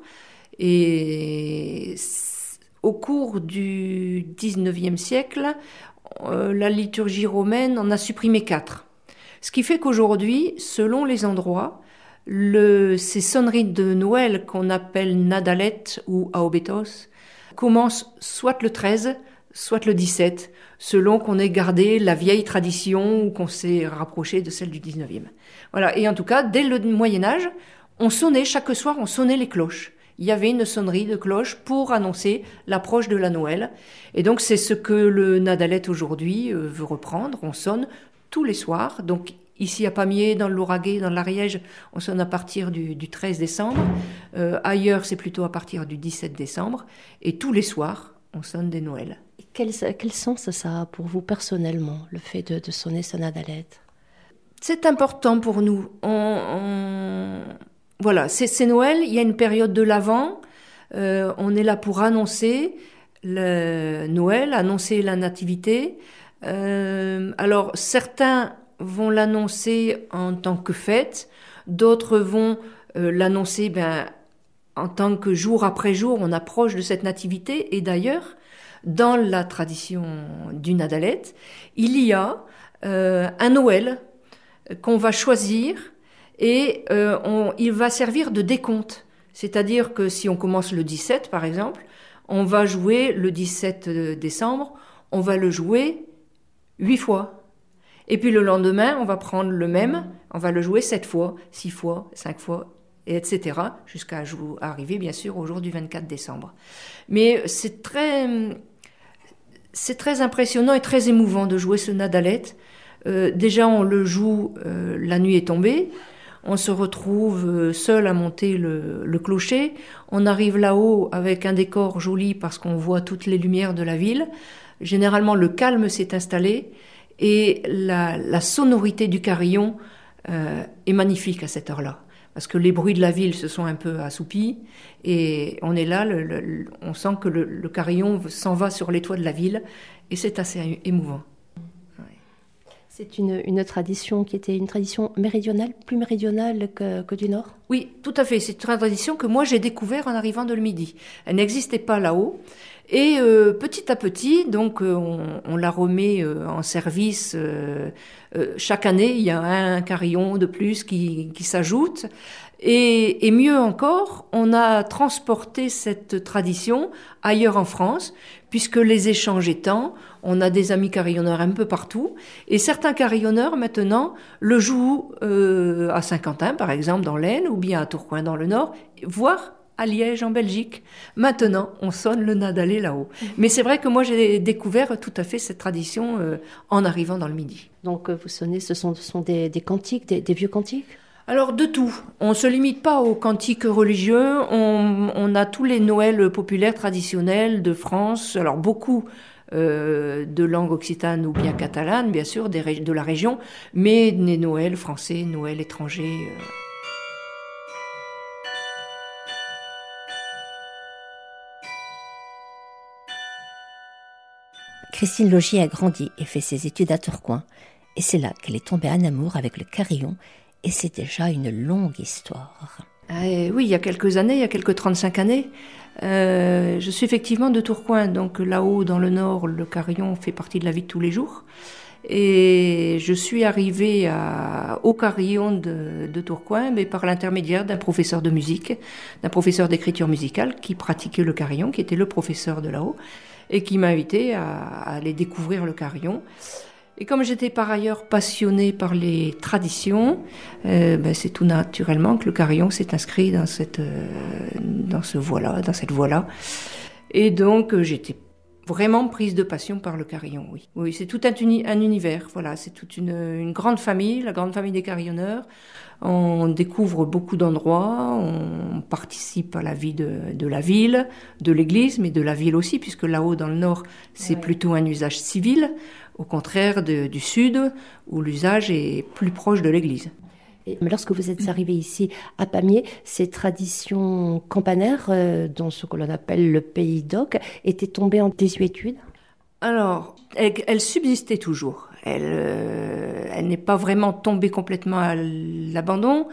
Et au cours du dix-neuvième siècle, euh, la liturgie romaine en a supprimé quatre. Ce qui fait qu'aujourd'hui, selon les endroits, le, ces sonneries de Noël qu'on appelle nadalettes ou aobetos commencent soit le treize, soit le dix-sept, selon qu'on ait gardé la vieille tradition ou qu'on s'est rapproché de celle du dix-neuvième. Voilà. Et en tout cas, dès le Moyen-Âge, on sonnait, chaque soir, on sonnait les cloches. Il y avait une sonnerie de cloche pour annoncer l'approche de la Noël. Et donc, c'est ce que le nadalette aujourd'hui euh, veut reprendre. On sonne tous les soirs. Donc, ici à Pamiers, dans le Lauragais, dans l'Ariège, on sonne à partir du, du treize décembre. Euh, ailleurs, c'est plutôt à partir du dix-sept décembre. Et tous les soirs, on sonne des Noëls. Quel, quel sens ça a pour vous personnellement, le fait de, de sonner ce nadalette? C'est important pour nous. On, on... Voilà, c'est, c'est Noël, il y a une période de l'Avent. Euh, on est là pour annoncer le Noël, annoncer la nativité. Euh, alors, certains vont l'annoncer en tant que fête, d'autres vont euh, l'annoncer ben, en tant que jour après jour, on approche de cette nativité. Et d'ailleurs, dans la tradition du nadalette, il y a euh, un Noël qu'on va choisir et euh, on, il va servir de décompte. C'est-à-dire que si on commence le dix-sept, par exemple, on va jouer le dix-sept décembre, on va le jouer huit fois. Et puis le lendemain, on va prendre le même, on va le jouer sept fois, six fois, cinq fois, et et cetera, jusqu'à arriver, bien sûr, au jour du vingt-quatre décembre. Mais c'est très... C'est très impressionnant et très émouvant de jouer ce nadalette. Euh, déjà, on le joue, euh, la nuit est tombée. On se retrouve seul à monter le, le clocher. On arrive là-haut avec un décor joli parce qu'on voit toutes les lumières de la ville. Généralement, le calme s'est installé et la, la sonorité du carillon euh, est magnifique à cette heure-là. Parce que les bruits de la ville se sont un peu assoupis et on est là, le, le, on sent que le, le carillon s'en va sur les toits de la ville et c'est assez émouvant. Ouais. C'est une, une tradition qui était une tradition méridionale, plus méridionale que, que du Nord? Oui, tout à fait. C'est une tradition que moi j'ai découvert en arrivant de le Midi. Elle n'existait pas là-haut. Et euh, petit à petit, donc euh, on, on la remet euh, en service. Euh, euh, chaque année, il y a un carillon de plus qui, qui s'ajoute. Et, et mieux encore, on a transporté cette tradition ailleurs en France, puisque les échanges étant, on a des amis carillonneurs un peu partout. Et certains carillonneurs, maintenant, le jouent euh, à Saint-Quentin, par exemple, dans l'Aisne, ou bien à Tourcoing, dans le Nord, voire à Liège, en Belgique. Maintenant, on sonne le nadalé là-haut. Mmh. Mais c'est vrai que moi, j'ai découvert tout à fait cette tradition euh, en arrivant dans le Midi. Donc, vous sonnez, ce sont, ce sont des, des cantiques, des, des vieux cantiques? Alors, de tout. On ne se limite pas aux cantiques religieux. On, on a tous les Noëls populaires traditionnels de France. Alors, beaucoup euh, de langue occitane ou bien catalane, bien sûr, des, de la région, mais des Noëls français, Noëls étrangers. Euh. Christine Logier a grandi et fait ses études à Tourcoing. Et c'est là qu'elle est tombée en amour avec le carillon. Et c'est déjà une longue histoire. Euh, oui, il y a quelques années, il y a quelques trente-cinq années. Euh, je suis effectivement de Tourcoing. Donc là-haut, dans le Nord, le carillon fait partie de la vie de tous les jours. Et je suis arrivée à, au carillon de, de Tourcoing, mais par l'intermédiaire d'un professeur de musique, d'un professeur d'écriture musicale qui pratiquait le carillon, qui était le professeur de là-haut, et qui m'a invité à, à aller découvrir le carillon. Et comme j'étais par ailleurs passionnée par les traditions, euh, ben c'est tout naturellement que le carillon s'est inscrit dans cette, euh, dans ce voie-là, dans cette voie-là. Et donc j'étais vraiment prise de passion par le carillon, oui. Oui, c'est tout un, uni- un univers, voilà, c'est toute une, une grande famille, la grande famille des carillonneurs. On découvre beaucoup d'endroits, on participe à la vie de, de la ville, de l'église, mais de la ville aussi, puisque là-haut, dans le nord, c'est ouais. plutôt un usage civil, au contraire de, du sud, où l'usage est plus proche de l'église. Et lorsque vous êtes arrivé ici à Pamiers, ces traditions campanaires, euh, dans ce que l'on appelle le Pays d'Oc, étaient tombées en désuétude ? Alors, elle, elle subsistait toujours. Elle, euh, elle n'est pas vraiment tombée complètement à l'abandon,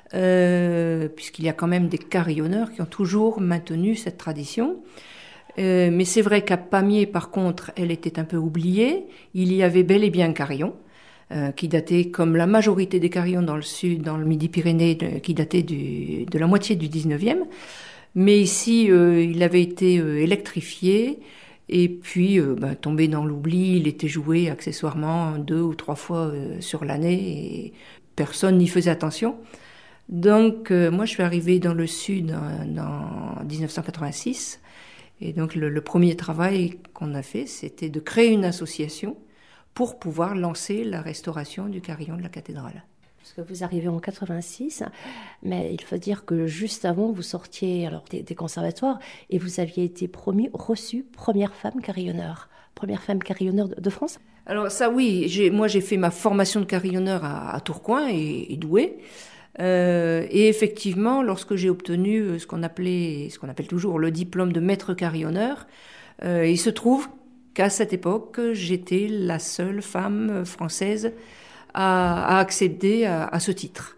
euh, puisqu'il y a quand même des carillonneurs qui ont toujours maintenu cette tradition. Euh, mais c'est vrai qu'à Pamiers, par contre, elle était un peu oubliée. Il y avait bel et bien un carillon, euh, qui datait, comme la majorité des carillons dans le sud, dans le Midi-Pyrénées, de, qui datait du, de la moitié du dix-neuvième. Mais ici, euh, il avait été euh, électrifié. Et puis, euh, bah, tombé dans l'oubli, il était joué accessoirement deux ou trois fois euh, sur l'année et personne n'y faisait attention. Donc, euh, moi, je suis arrivée dans le sud en, en dix-neuf cent quatre-vingt-six. Et donc, le, le premier travail qu'on a fait, c'était de créer une association pour pouvoir lancer la restauration du carillon de la cathédrale. Parce que vous arrivez en quatre-vingt-six, mais il faut dire que juste avant, vous sortiez alors, des, des conservatoires et vous aviez été promu, reçue première femme carillonneur. Première femme carillonneur de, de France ? Alors ça oui, j'ai, moi j'ai fait ma formation de carillonneur à, à Tourcoing et, et Douai. Euh, et effectivement, lorsque j'ai obtenu ce qu'on appelait, ce qu'on appelle toujours le diplôme de maître carillonneur, euh, il se trouve qu'à cette époque, j'étais la seule femme française à, à accéder à, à ce titre.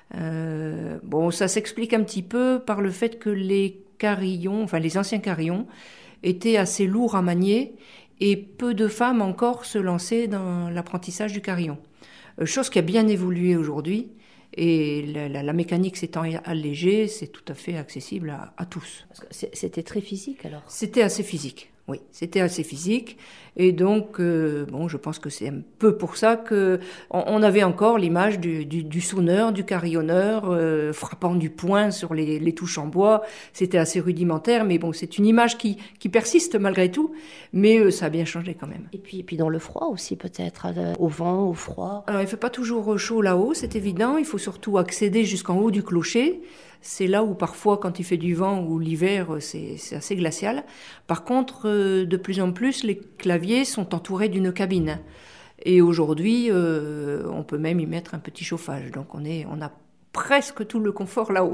Euh, bon, ça s'explique un petit peu par le fait que les carillons, enfin les anciens carillons, étaient assez lourds à manier et peu de femmes encore se lançaient dans l'apprentissage du carillon. Euh, chose qui a bien évolué aujourd'hui et la, la, la mécanique s'étant allégée, c'est tout à fait accessible à, à tous. Parce que c'était très physique alors ? C'était assez physique. Oui, c'était assez physique et donc euh, bon, je pense que c'est un peu pour ça que on, on avait encore l'image du, du, du sonneur, du carillonneur euh, frappant du poing sur les, les touches en bois. C'était assez rudimentaire, mais bon, c'est une image qui, qui persiste malgré tout, mais euh, ça a bien changé quand même. Et puis, et puis dans le froid aussi peut-être, euh, au vent, au froid. Alors il fait pas toujours chaud là-haut, c'est évident. Il faut surtout accéder jusqu'en haut du clocher. C'est là où parfois, quand il fait du vent ou l'hiver, c'est, c'est assez glacial. Par contre, euh, de plus en plus, les claviers sont entourés d'une cabine. Et aujourd'hui, euh, on peut même y mettre un petit chauffage. Donc on, est, on a presque tout le confort là-haut.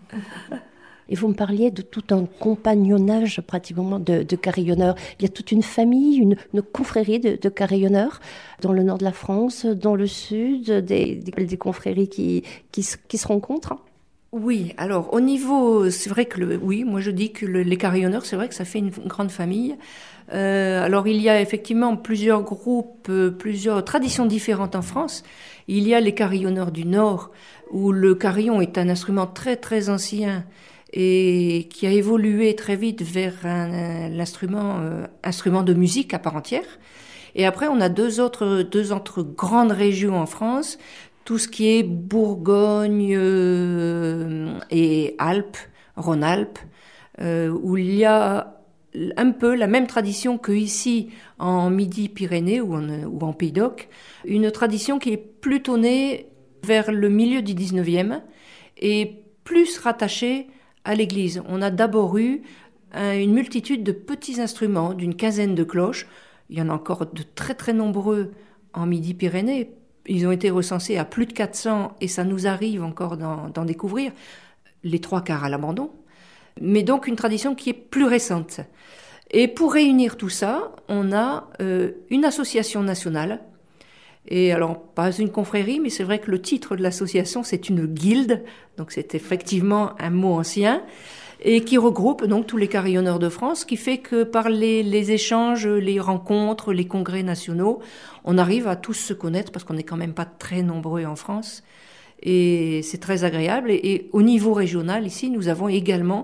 Et vous me parliez de tout un compagnonnage pratiquement de, de carillonneurs. Il y a toute une famille, une, une confrérie de, de carillonneurs dans le nord de la France, dans le sud, des, des, des confréries qui, qui, qui se rencontrent. Oui, alors au niveau, c'est vrai que le, oui, moi je dis que le, les carillonneurs, c'est vrai que ça fait une, une grande famille. Euh, alors il y a effectivement plusieurs groupes, euh, plusieurs traditions différentes en France. Il y a les carillonneurs du Nord, où le carillon est un instrument très très ancien et qui a évolué très vite vers un, un, l'instrument, euh, instrument de musique à part entière. Et après on a deux autres, deux autres grandes régions en France. Tout ce qui est Bourgogne euh, et Alpes, Rhône-Alpes, euh, où il y a un peu la même tradition qu'ici en Midi-Pyrénées ou en, ou en Pays d'Oc, une tradition qui est plutôt née vers le milieu du dix-neuvième et plus rattachée à l'église. On a d'abord eu un, une multitude de petits instruments, d'une quinzaine de cloches. Il y en a encore de très très nombreux en Midi-Pyrénées. Ils ont été recensés à plus de quatre cents et ça nous arrive encore d'en, d'en découvrir, les trois quarts à l'abandon. Mais donc une tradition qui est plus récente. Et pour réunir tout ça, on a euh, une association nationale. Et alors, pas une confrérie, mais c'est vrai que le titre de l'association, c'est une guilde. Donc c'est effectivement un mot ancien. Et qui regroupe donc tous les carillonneurs de France, qui fait que par les, les échanges, les rencontres, les congrès nationaux, on arrive à tous se connaître parce qu'on n'est quand même pas très nombreux en France. Et c'est très agréable. Et, et au niveau régional, ici, nous avons également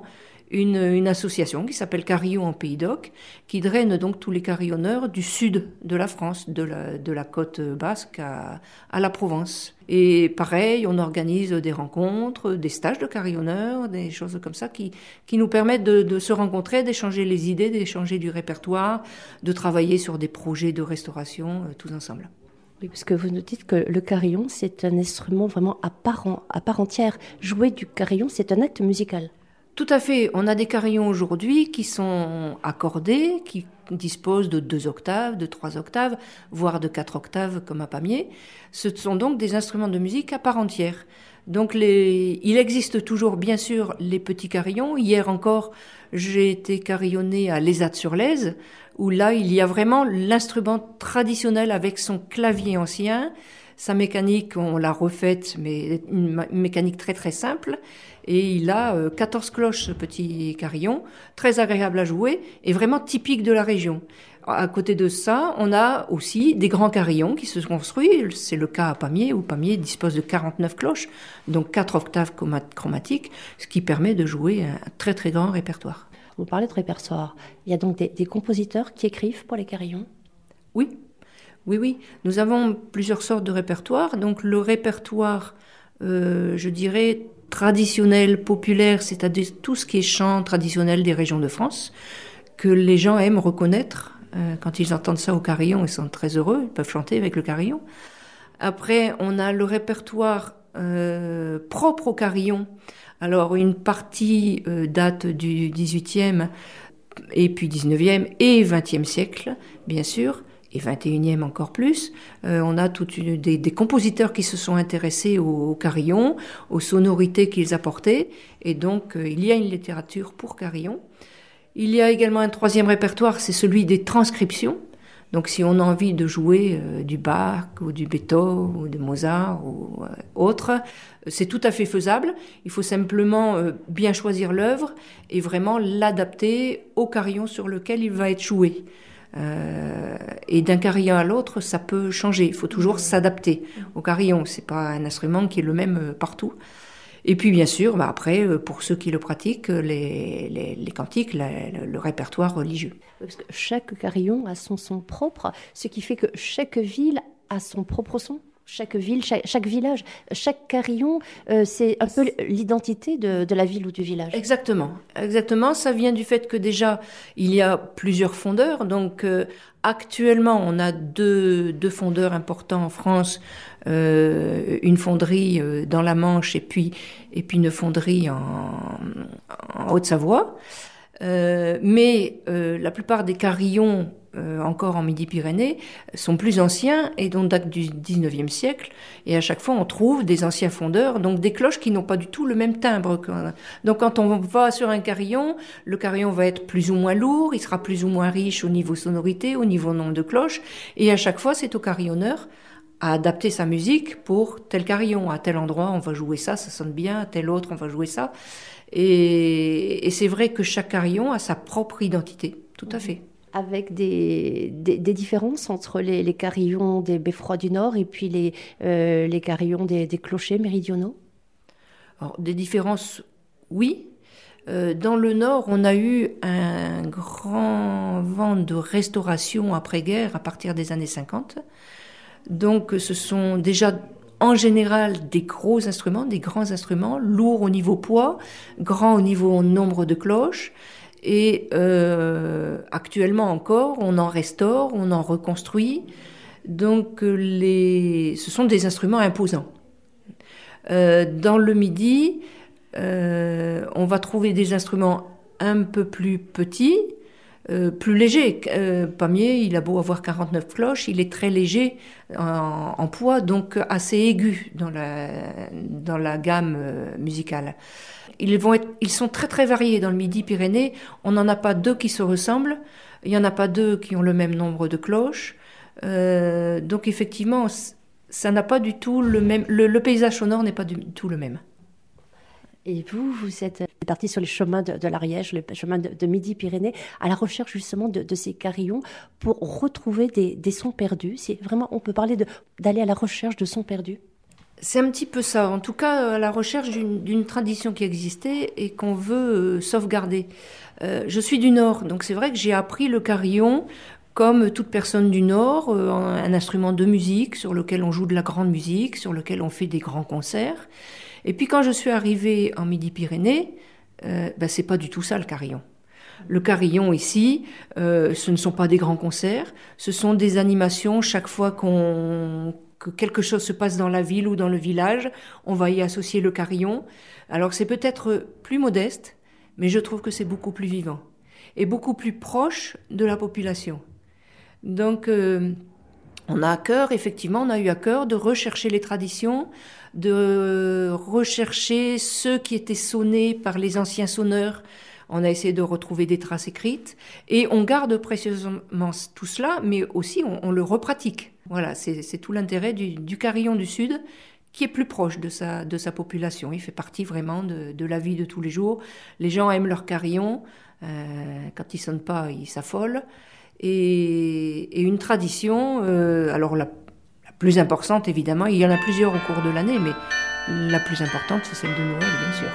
une, une association qui s'appelle Carillon en Pays d'Oc, qui draine donc tous les carillonneurs du sud de la France, de la, de la côte basque à, à la Provence. Et pareil, on organise des rencontres, des stages de carillonneurs, des choses comme ça qui, qui nous permettent de, de se rencontrer, d'échanger les idées, d'échanger du répertoire, de travailler sur des projets de restauration, euh, tous ensemble. Oui, parce que vous nous dites que le carillon, c'est un instrument vraiment à part, en, à part entière. Jouer du carillon, c'est un acte musical. Tout à fait. On a des carillons aujourd'hui qui sont accordés, qui disposent de deux octaves, de trois octaves, voire de quatre octaves comme à Pamiers. Ce sont donc des instruments de musique à part entière. Donc les... il existe toujours bien sûr les petits carillons. Hier encore, j'ai été carillonnée à Lézat-sur-Lèze, où là il y a vraiment l'instrument traditionnel avec son clavier ancien. Sa mécanique, on l'a refaite, mais une mécanique très très simple. Et il a euh, quatorze cloches, ce petit carillon, très agréable à jouer et vraiment typique de la région. À côté de ça, on a aussi des grands carillons qui se construisent. C'est le cas à Pamiers, où Pamiers dispose de quarante-neuf cloches, donc quatre octaves chromatiques, ce qui permet de jouer un très très grand répertoire. Vous parlez de répertoire. Il y a donc des, des compositeurs qui écrivent pour les carillons ? Oui. Oui, oui. Nous avons plusieurs sortes de répertoires. Donc le répertoire, euh, je dirais, traditionnel, populaire, c'est-à-dire tout ce qui est chant traditionnel des régions de France, que les gens aiment reconnaître. Euh, quand ils entendent ça au carillon, ils sont très heureux, ils peuvent chanter avec le carillon. Après, on a le répertoire euh, propre au carillon. Alors, une partie euh, date du dix-huitième, et puis dix-neuvième et vingtième siècle, bien sûr, et vingt et unième encore plus. Euh, on a toute une, des, des compositeurs qui se sont intéressés au, au carillon, aux sonorités qu'ils apportaient, et donc euh, il y a une littérature pour carillon. Il y a également un troisième répertoire, c'est celui des transcriptions. Donc si on a envie de jouer euh, du Bach ou du Beethoven ou de Mozart ou euh, autre, c'est tout à fait faisable. Il faut simplement euh, bien choisir l'œuvre et vraiment l'adapter au carillon sur lequel il va être joué. Euh, et d'un carillon à l'autre, ça peut changer. Il faut toujours s'adapter au carillon. C'est pas un instrument qui est le même euh, partout. Et puis bien sûr, bah après, pour ceux qui le pratiquent, les, les, les cantiques, la, le, le répertoire religieux. Parce que chaque carillon a son son propre, ce qui fait que chaque ville a son propre son. Chaque ville, chaque, chaque village, chaque carillon, euh, c'est un peu l'identité de, de la ville ou du village. Exactement, exactement. Ça vient du fait que déjà, il y a plusieurs fondeurs. Donc euh, actuellement, on a deux, deux fondeurs importants en France. Euh, une fonderie euh, dans la Manche et puis, et puis une fonderie en, en Haute-Savoie. Euh, mais euh, la plupart des carillons euh, encore en Midi-Pyrénées sont plus anciens et donc datent du dix-neuvième siècle. Et à chaque fois, on trouve des anciens fondeurs, donc des cloches qui n'ont pas du tout le même timbre. Donc quand on va sur un carillon, le carillon va être plus ou moins lourd, il sera plus ou moins riche au niveau sonorité, au niveau nombre de cloches. Et à chaque fois, c'est au carillonneur à adapter sa musique pour tel carillon. À tel endroit, on va jouer ça, ça sonne bien. À tel autre, on va jouer ça. Et, et c'est vrai que chaque carillon a sa propre identité, tout à fait. Avec des, des, des différences entre les, les carillons des beffrois du Nord et puis les, euh, les carillons des, des clochers méridionaux ? Alors, des différences, oui. Euh, dans le Nord, on a eu un grand vent de restauration après-guerre à partir des années cinquante. Donc ce sont déjà en général des gros instruments, des grands instruments, lourds au niveau poids, grands au niveau nombre de cloches. Et euh, actuellement encore, on en restaure, on en reconstruit. Donc les... ce sont des instruments imposants. Euh, dans le Midi, euh, on va trouver des instruments un peu plus petits, Euh, plus léger. Euh, Pamiers, il a beau avoir quarante-neuf cloches, il est très léger en, en poids, donc assez aigu dans la, dans la gamme euh, musicale. Ils, vont être, ils sont très très variés dans le Midi-Pyrénées. On n'en a pas deux qui se ressemblent, il n'y en a pas deux qui ont le même nombre de cloches. Euh, donc effectivement, ça n'a pas du tout le même... Le, le paysage sonore n'est pas du tout le même. Et vous, vous êtes parti sur les chemins de, de l'Ariège, les chemins de, de Midi-Pyrénées, à la recherche justement de, de ces carillons pour retrouver des, des sons perdus. C'est vraiment, on peut parler de, d'aller à la recherche de sons perdus. C'est un petit peu ça, en tout cas à la recherche d'une d'une tradition qui existait et qu'on veut euh, sauvegarder. Euh, je suis du Nord, donc c'est vrai que j'ai appris le carillon comme toute personne du Nord, euh, un instrument de musique sur lequel on joue de la grande musique, sur lequel on fait des grands concerts. Et puis quand je suis arrivée en Midi-Pyrénées, euh, ben, c'est pas du tout ça le carillon. Le carillon ici, euh, ce ne sont pas des grands concerts, ce sont des animations chaque fois qu'on que quelque chose se passe dans la ville ou dans le village, on va y associer le carillon. Alors c'est peut-être plus modeste, mais je trouve que c'est beaucoup plus vivant et beaucoup plus proche de la population. Donc euh, on a à cœur, effectivement, on a eu à cœur de rechercher les traditions, de rechercher ceux qui étaient sonnés par les anciens sonneurs. On a essayé de retrouver des traces écrites et on garde précieusement tout cela, mais aussi on, on le repratique. Voilà, c'est, c'est tout l'intérêt du, du carillon du Sud qui est plus proche de sa, de sa population. Il fait partie vraiment de, de la vie de tous les jours. Les gens aiment leur carillon. Euh, quand ils sonnent pas, ils s'affolent. Et, et une tradition, euh, alors la, la plus importante évidemment, il y en a plusieurs au cours de l'année, mais la plus importante c'est celle de Noël bien sûr.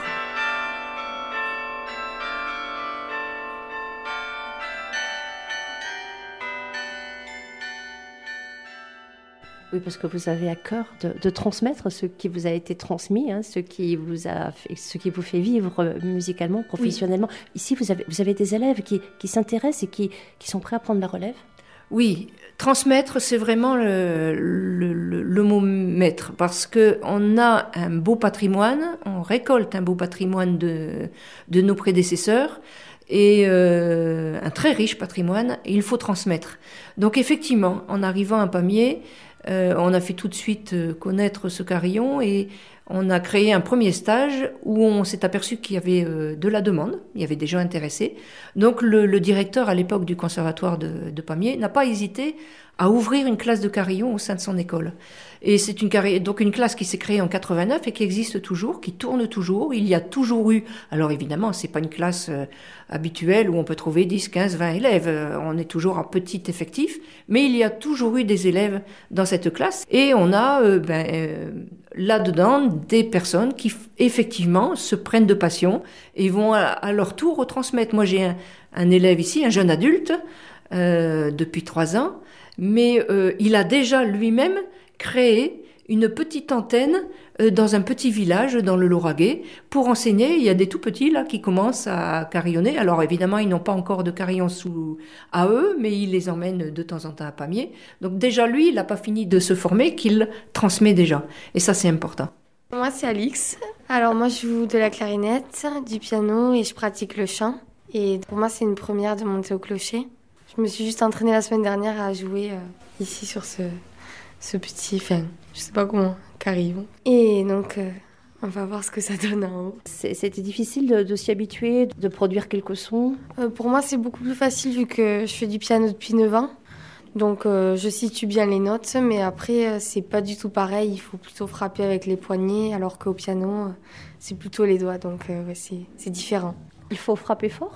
Oui, parce que vous avez à cœur de, de transmettre ce qui vous a été transmis, hein, ce qui vous a fait, ce qui vous fait vivre musicalement, professionnellement. Oui. Ici, vous avez, vous avez des élèves qui, qui s'intéressent et qui, qui sont prêts à prendre la relève. Oui, transmettre, c'est vraiment le, le, le, le mot maître, parce que on a un beau patrimoine, on récolte un beau patrimoine de, de nos prédécesseurs. Et euh, un très riche patrimoine, et il faut transmettre. Donc effectivement, en arrivant à Pamiers, euh, on a fait tout de suite euh, connaître ce carillon et on a créé un premier stage où on s'est aperçu qu'il y avait euh, de la demande, il y avait des gens intéressés. Donc le, le directeur à l'époque du conservatoire de, de Pamiers n'a pas hésité à ouvrir une classe de carillon au sein de son école. Et c'est une, donc une classe qui s'est créée en quatre-vingt-neuf et qui existe toujours, qui tourne toujours. Il y a toujours eu, alors évidemment, c'est pas une classe euh, habituelle où on peut trouver dix, quinze, vingt élèves. Euh, on est toujours en petit effectif, mais il y a toujours eu des élèves dans cette classe. Et on a euh, ben, euh, là-dedans des personnes qui effectivement se prennent de passion et vont à, à leur tour retransmettre. Moi, j'ai un, un élève ici, un jeune adulte, euh, depuis trois ans, mais euh, il a déjà lui-même créé une petite antenne euh, dans un petit village dans le Lauragais pour enseigner. Il y a des tout petits là qui commencent à carillonner. Alors évidemment, ils n'ont pas encore de carillon sous à eux, mais ils les emmènent de temps en temps à Pamiers. Donc déjà lui, il n'a pas fini de se former, qu'il transmet déjà. Et ça, c'est important. Moi, c'est Alix. Alors moi, je joue de la clarinette, du piano et je pratique le chant. Et pour moi, c'est une première de monter au clocher. Je me suis juste entraînée la semaine dernière à jouer euh, ici sur ce, ce petit, enfin, je sais pas comment, carillon. Et donc, euh, on va voir ce que ça donne en haut. C'était difficile de, de s'y habituer, de produire quelques sons. euh, Pour moi, c'est beaucoup plus facile vu que je fais du piano depuis neuf ans. Donc, euh, je situe bien les notes, mais après, euh, c'est pas du tout pareil. Il faut plutôt frapper avec les poignets, alors qu'au piano, euh, c'est plutôt les doigts. Donc, euh, ouais, c'est, c'est différent. Il faut frapper fort ?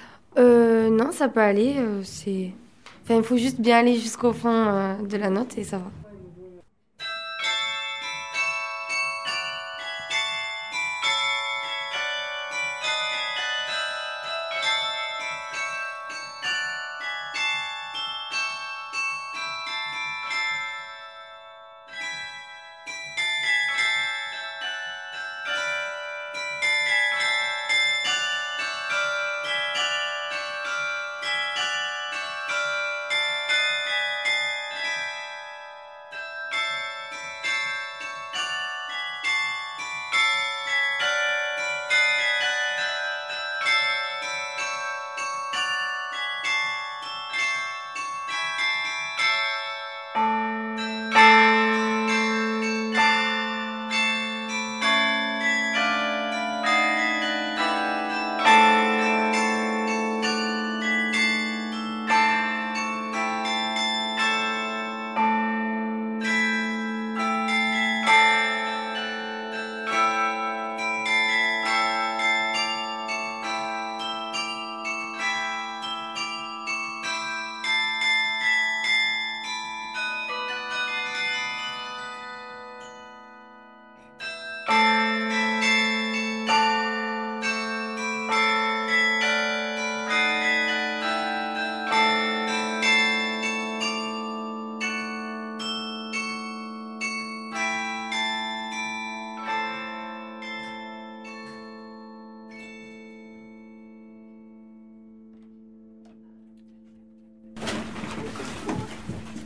Euh, non, ça peut aller. Euh, c'est... Enfin, il faut juste bien aller jusqu'au fond euh, de la note et ça va.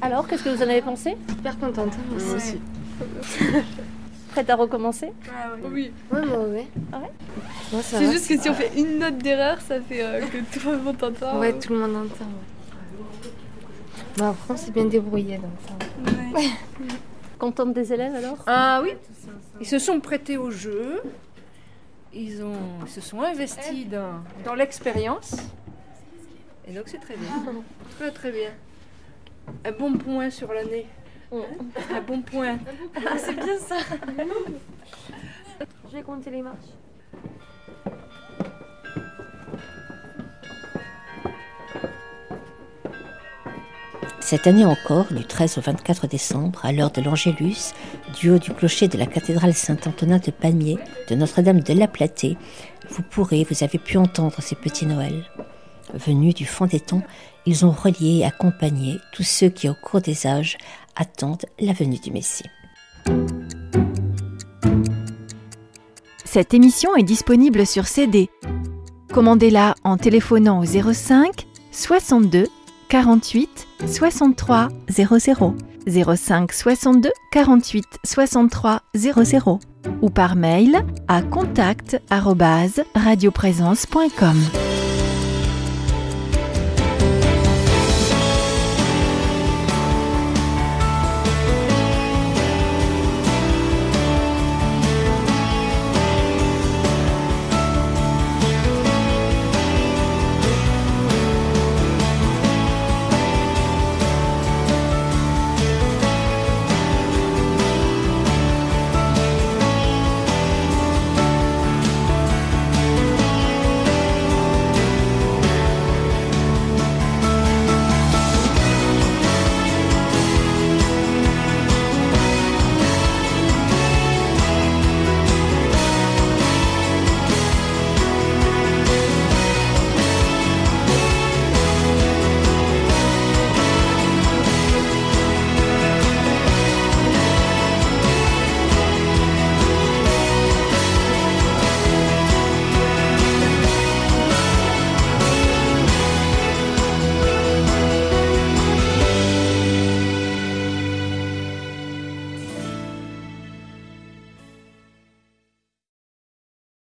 Alors, qu'est-ce que vous en avez pensé? Super contente, moi Moi aussi. Prête à recommencer? Ah oui. Ouais, moi, ouais. Ah ouais. Moi, ça C'est va, juste que si on fait une note d'erreur, ça fait euh, que tout le monde entend. Ouais, tout le monde entend. Ouais. Bah, après, on s'est bien débrouillé, donc ça va. Ouais. Contente des élèves alors? Ah oui, ils se sont prêtés au jeu, ils, ont, ils se sont investis dans, dans l'expérience, et donc c'est très bien, très très bien. Un bon point sur l'année, un bon point. Ah, c'est bien ça. Je vais compter les marches. Cette année encore, du treize au vingt-quatre décembre, à l'heure de l'Angélus, du haut du clocher de la cathédrale Saint-Antonin de Pamiers, de Notre-Dame de la Platée, vous pourrez, vous avez pu entendre ces petits Noëls. Venus du fond des temps, ils ont relié et accompagné tous ceux qui, au cours des âges, attendent la venue du Messie. Cette émission est disponible sur C D. Commandez-la en téléphonant au zéro cinq soixante-deux quarante-huit soixante-trois zéro zéro, zéro cinq soixante-deux quarante-huit soixante-trois zéro zéro ou par mail à contact arobase radioprésence point com.